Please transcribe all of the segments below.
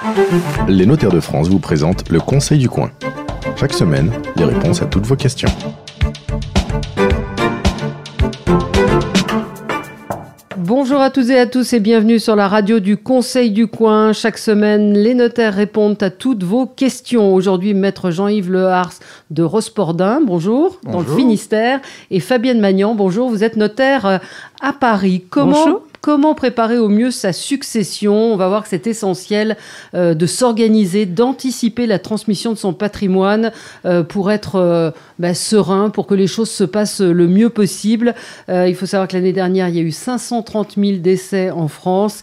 Les notaires de France vous présentent le Conseil du coin. Chaque semaine, les réponses à toutes vos questions. Bonjour à toutes et à tous et bienvenue sur la radio du Conseil du coin. Chaque semaine, les notaires répondent à toutes vos questions. Aujourd'hui, maître Jean-Yves Lehars de Rospordin, bonjour, dans le Finistère, et Fabienne Magnan, bonjour, vous êtes notaire à Paris. Comment préparer au mieux sa succession ? On va voir que c'est essentiel de s'organiser, d'anticiper la transmission de son patrimoine pour être serein, pour que les choses se passent le mieux possible. Il faut savoir que l'année dernière, il y a eu 530 000 décès en France,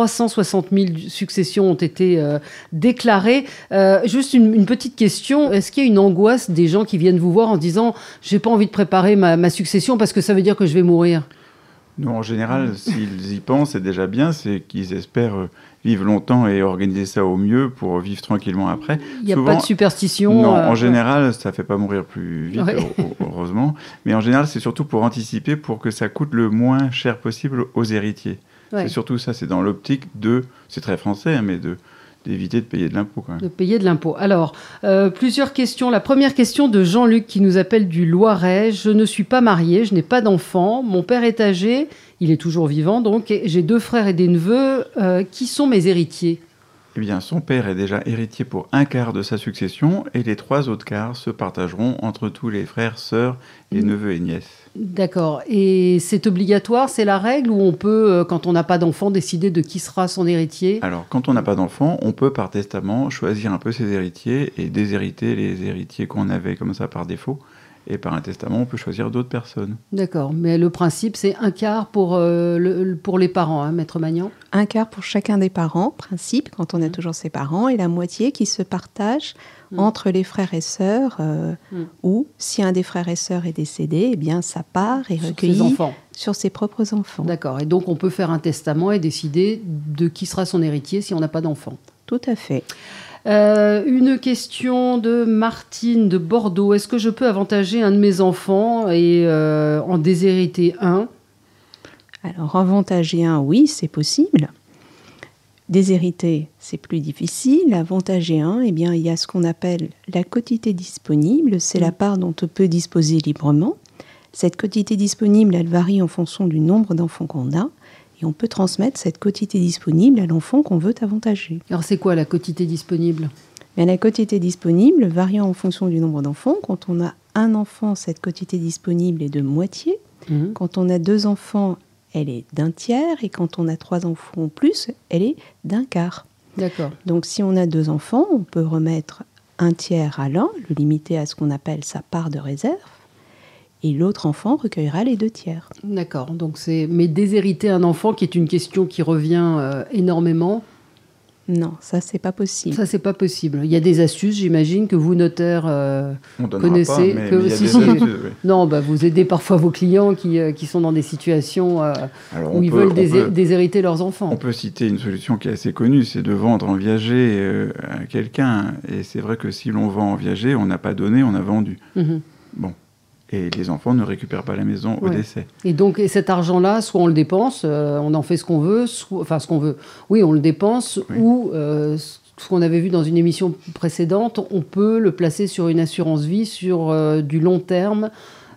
360 000 successions ont été déclarées. Juste une petite question, est-ce qu'il y a une angoisse des gens qui viennent vous voir en disant « j'ai pas envie de préparer ma succession parce que ça veut dire que je vais mourir ». Non, en général, s'ils y pensent, c'est déjà bien, c'est qu'ils espèrent vivre longtemps et organiser ça au mieux pour vivre tranquillement après. Il n'y a pas de superstition. Non, en général, ça ne fait pas mourir plus vite, heureusement. Mais en général, c'est surtout pour anticiper, pour que ça coûte le moins cher possible aux héritiers. Ouais. C'est surtout ça, c'est dans l'optique c'est très français, hein, mais d'éviter de payer de l'impôt quand même. De payer de l'impôt. Alors, plusieurs questions. La première question de Jean-Luc qui nous appelle du Loiret. Je ne suis pas marié, je n'ai pas d'enfant. Mon père est âgé, il est toujours vivant donc. J'ai 2 frères et des neveux. Qui sont mes héritiers ? Eh bien, son père est déjà héritier pour 1/4 de sa succession et les 3 autres quarts se partageront entre tous les frères, sœurs et neveux et nièces. D'accord. Et c'est obligatoire, c'est la règle, ou on peut, quand on n'a pas d'enfant, décider de qui sera son héritier ? Alors, quand on n'a pas d'enfant, on peut par testament choisir un peu ses héritiers et déshériter les héritiers qu'on avait comme ça par défaut. Et par un testament, on peut choisir d'autres personnes. D'accord. Mais le principe, c'est 1/4 pour les parents, hein, maître Magnan ? 1/4 pour chacun des parents, principe, quand on a toujours ses parents, et la moitié qui se partage entre les frères et sœurs, ou si un des frères et sœurs est décédé, eh bien sa part est recueillie sur ses propres enfants. D'accord. Et donc, on peut faire un testament et décider de qui sera son héritier si on n'a pas d'enfant. Tout à fait. Une question de Martine de Bordeaux. Est-ce que je peux avantager un de mes enfants et en déshériter un ? Alors, avantager un, oui, c'est possible. Déshériter, c'est plus difficile. Avantager un, eh bien, il y a ce qu'on appelle la quotité disponible. C'est la part dont on peut disposer librement. Cette quotité disponible, elle varie en fonction du nombre d'enfants qu'on a. Et on peut transmettre cette quotité disponible à l'enfant qu'on veut avantager. Alors, c'est quoi la quotité disponible ? Bien, la quotité disponible, variant en fonction du nombre d'enfants. Quand on a un enfant, cette quotité disponible est de moitié. Quand on a 2 enfants, elle est d'1/3. Et quand on a 3 enfants ou plus, elle est d'1/4. D'accord. Donc, si on a 2 enfants, on peut remettre 1/3 à l'un, le limiter à ce qu'on appelle sa part de réserve. Et l'autre enfant recueillera les 2/3. D'accord. Donc mais déshériter un enfant, qui est une question qui revient énormément. Non, ça, c'est pas possible. Ça, c'est pas possible. Il y a des astuces, j'imagine, que vous, notaires, connaissez. Pas, mais il y a des astuces, oui. Non, vous aidez parfois vos clients qui sont dans des situations où ils veulent déshériter leurs enfants. On peut citer une solution qui est assez connue, c'est de vendre en viager à quelqu'un. Et c'est vrai que si l'on vend en viager, on n'a pas donné, on a vendu. Bon. Et les enfants ne récupèrent pas la maison au décès. Et donc, cet argent-là, soit on le dépense, on en fait ce qu'on veut, ce qu'on veut. Oui, on le dépense, ou ce qu'on avait vu dans une émission précédente, on peut le placer sur une assurance vie, sur du long terme.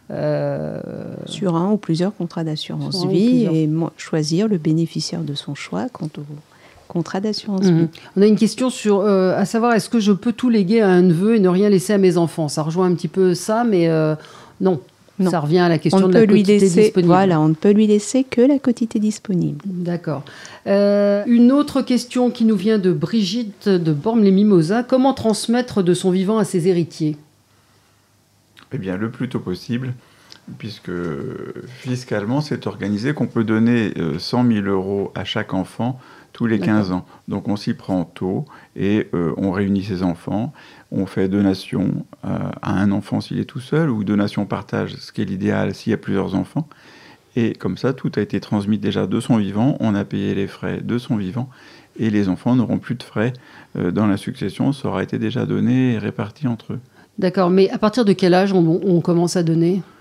Sur un ou plusieurs contrats d'assurance vie, et choisir le bénéficiaire de son choix quant au contrat d'assurance vie. On a une question à savoir, est-ce que je peux tout léguer à un neveu et ne rien laisser à mes enfants ? Ça rejoint un petit peu ça, mais... Non, ça revient à la question de la quotité disponible. Voilà, on ne peut lui laisser que la quotité disponible. D'accord. Une autre question qui nous vient de Brigitte de Bormes-les-Mimosas. Comment transmettre de son vivant à ses héritiers ? Eh bien, le plus tôt possible, puisque fiscalement, c'est organisé qu'on peut donner 100 000 € à chaque enfant tous les 15 ans. Donc, on s'y prend tôt et on réunit ses enfants. On fait donation à un enfant s'il est tout seul, ou donation partage, ce qui est l'idéal s'il y a plusieurs enfants. Et comme ça, tout a été transmis déjà de son vivant, on a payé les frais de son vivant, et les enfants n'auront plus de frais dans la succession, ça aura été déjà donné et réparti entre eux. D'accord, mais à partir de quel âge on commence à donner ?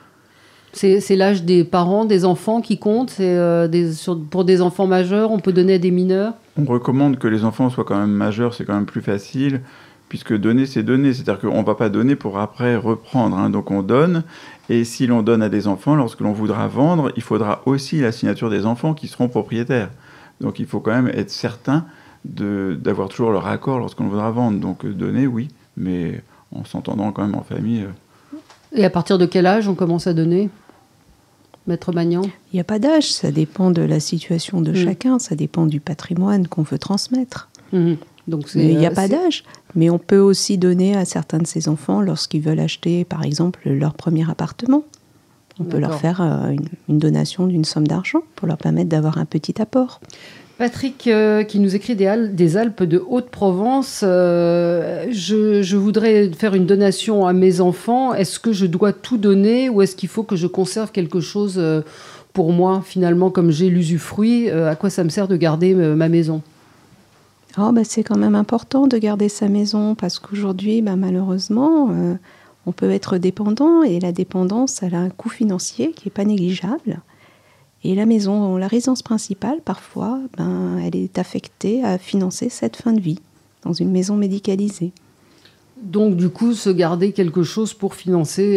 C'est l'âge des parents, des enfants qui compte. Pour des enfants majeurs, on peut donner à des mineurs. On recommande que les enfants soient quand même majeurs, c'est quand même plus facile, puisque donner, c'est donner. C'est-à-dire qu'on ne va pas donner pour après reprendre, hein. Donc on donne, et si l'on donne à des enfants, lorsque l'on voudra vendre, il faudra aussi la signature des enfants qui seront propriétaires. Donc il faut quand même être certain d'avoir toujours leur accord lorsqu'on voudra vendre. Donc donner, oui, mais en s'entendant quand même en famille. Et à partir de quel âge on commence à donner, Maître Magnan? Il n'y a pas d'âge, ça dépend de la situation de chacun, ça dépend du patrimoine qu'on veut transmettre. Donc il n'y a pas d'âge, mais on peut aussi donner à certains de ces enfants lorsqu'ils veulent acheter, par exemple, leur premier appartement. On peut leur faire une donation d'une somme d'argent pour leur permettre d'avoir un petit apport. Patrick, qui nous écrit des Alpes de Haute-Provence, je voudrais faire une donation à mes enfants. Est-ce que je dois tout donner ou est-ce qu'il faut que je conserve quelque chose pour moi? Finalement, comme j'ai l'usufruit, à quoi ça me sert de garder ma maison? C'est quand même important de garder sa maison parce qu'aujourd'hui, malheureusement, on peut être dépendant et la dépendance, elle a un coût financier qui n'est pas négligeable. Et la maison, la résidence principale, parfois, elle est affectée à financer cette fin de vie dans une maison médicalisée. Donc, du coup, se garder quelque chose pour financer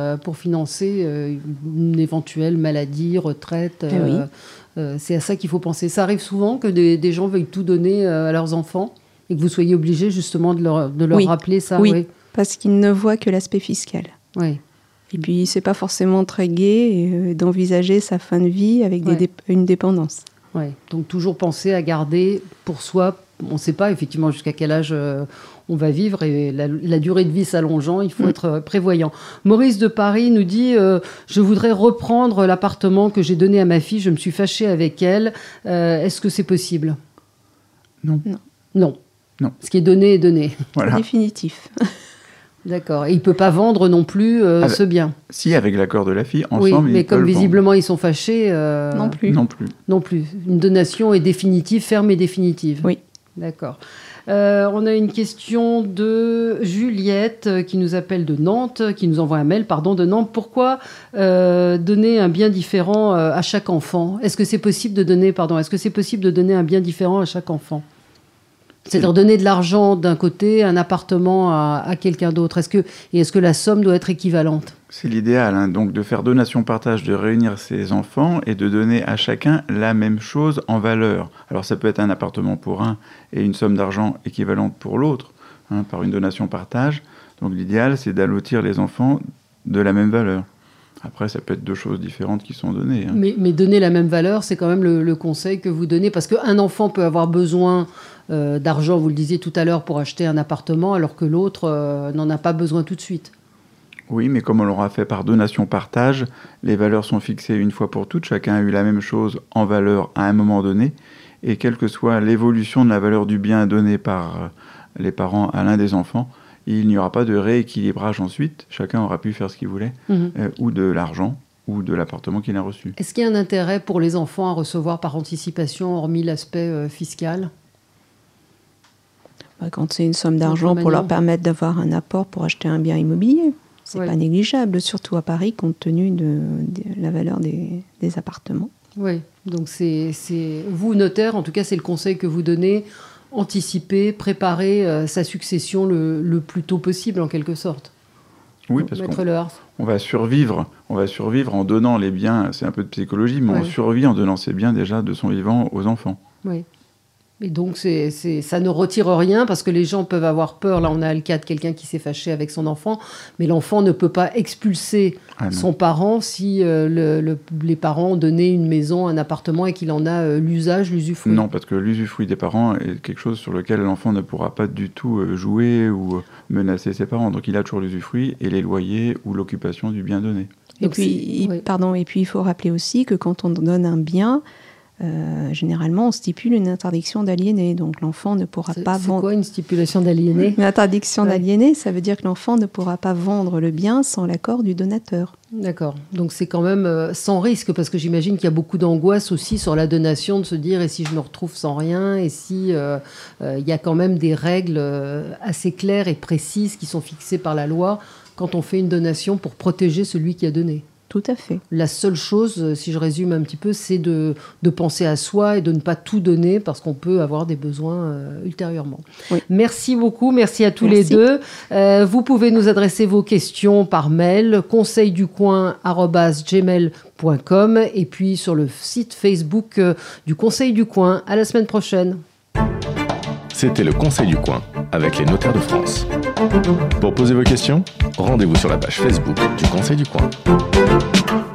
une éventuelle maladie, retraite, c'est à ça qu'il faut penser. Ça arrive souvent que des gens veuillent tout donner à leurs enfants et que vous soyez obligé justement de leur rappeler ça. Oui, parce qu'ils ne voient que l'aspect fiscal. Oui. Et puis, c'est pas forcément très gai d'envisager sa fin de vie avec une dépendance. Oui, donc toujours penser à garder pour soi. On ne sait pas effectivement jusqu'à quel âge on va vivre et la durée de vie s'allongeant, il faut être prévoyant. Maurice de Paris nous dit je voudrais reprendre l'appartement que j'ai donné à ma fille, je me suis fâchée avec elle. Est-ce que c'est possible? Non. Ce qui est donné est donné. Voilà. C'est définitif. D'accord. Et il ne peut pas vendre non plus ce bien. Si, avec l'accord de la fille, ensemble, oui, mais comme visiblement ils sont fâchés... Non plus. Non plus. Une donation est définitive, ferme et définitive. Oui. D'accord. On a une question de Juliette qui nous appelle de Nantes, qui nous envoie un mail, de Nantes. Pourquoi donner un bien différent à chaque enfant? Est-ce que c'est possible de donner un bien différent à chaque enfant? C'est-à-dire donner de l'argent d'un côté, un appartement à quelqu'un d'autre. Est-ce que la somme doit être équivalente? C'est l'idéal, hein, donc de faire donation-partage, de réunir ses enfants et de donner à chacun la même chose en valeur. Alors ça peut être un appartement pour un et une somme d'argent équivalente pour l'autre, hein, par une donation-partage. Donc l'idéal, c'est d'allotir les enfants de la même valeur. Après, ça peut être deux choses différentes qui sont données. Hein. Mais donner la même valeur, c'est quand même le conseil que vous donnez, parce qu'un enfant peut avoir besoin d'argent, vous le disiez tout à l'heure, pour acheter un appartement, alors que l'autre n'en a pas besoin tout de suite. Oui, mais comme on l'aura fait par donation-partage, les valeurs sont fixées une fois pour toutes. Chacun a eu la même chose en valeur à un moment donné. Et quelle que soit l'évolution de la valeur du bien donné par les parents à l'un des enfants, il n'y aura pas de rééquilibrage ensuite. Chacun aura pu faire ce qu'il voulait, ou de l'argent, ou de l'appartement qu'il a reçu. Est-ce qu'il y a un intérêt pour les enfants à recevoir par anticipation, hormis l'aspect fiscal ? Quand c'est une somme d'argent pour leur permettre d'avoir un apport pour acheter un bien immobilier, c'est pas négligeable, surtout à Paris, compte tenu de la valeur des appartements. Oui, donc c'est vous, notaire, en tout cas, c'est le conseil que vous donnez, anticiper, préparer sa succession le plus tôt possible, en quelque sorte. Oui, parce qu'on va survivre en donnant les biens, c'est un peu de psychologie, mais on survit en donnant ses biens déjà de son vivant aux enfants. Oui. Et donc, ça ne retire rien parce que les gens peuvent avoir peur. Là, on a le cas de quelqu'un qui s'est fâché avec son enfant, mais l'enfant ne peut pas expulser son parent si les parents ont donné une maison, un appartement et qu'il en a l'usage, l'usufruit. Non, parce que l'usufruit des parents est quelque chose sur lequel l'enfant ne pourra pas du tout jouer ou menacer ses parents. Donc, il a toujours l'usufruit et les loyers ou l'occupation du bien donné. Et puis, il faut rappeler aussi que quand on donne un bien... généralement, on stipule une interdiction d'aliéner, donc l'enfant ne pourra pas vendre. C'est quoi une stipulation d'aliéner ? Une interdiction d'aliéner, ça veut dire que l'enfant ne pourra pas vendre le bien sans l'accord du donateur. D'accord. Donc c'est quand même sans risque, parce que j'imagine qu'il y a beaucoup d'angoisse aussi sur la donation, de se dire et si je me retrouve sans rien, et si il y a quand même des règles assez claires et précises qui sont fixées par la loi quand on fait une donation pour protéger celui qui a donné. Tout à fait. La seule chose, si je résume un petit peu, c'est de penser à soi et de ne pas tout donner parce qu'on peut avoir des besoins ultérieurement. Oui. Merci beaucoup, merci à tous les deux. Vous pouvez nous adresser vos questions par mail, conseilducoin@gmail.com et puis sur le site Facebook du Conseil du Coin. À la semaine prochaine. C'était le Conseil du Coin avec les notaires de France. Pour poser vos questions, rendez-vous sur la page Facebook du Conseil du Coin.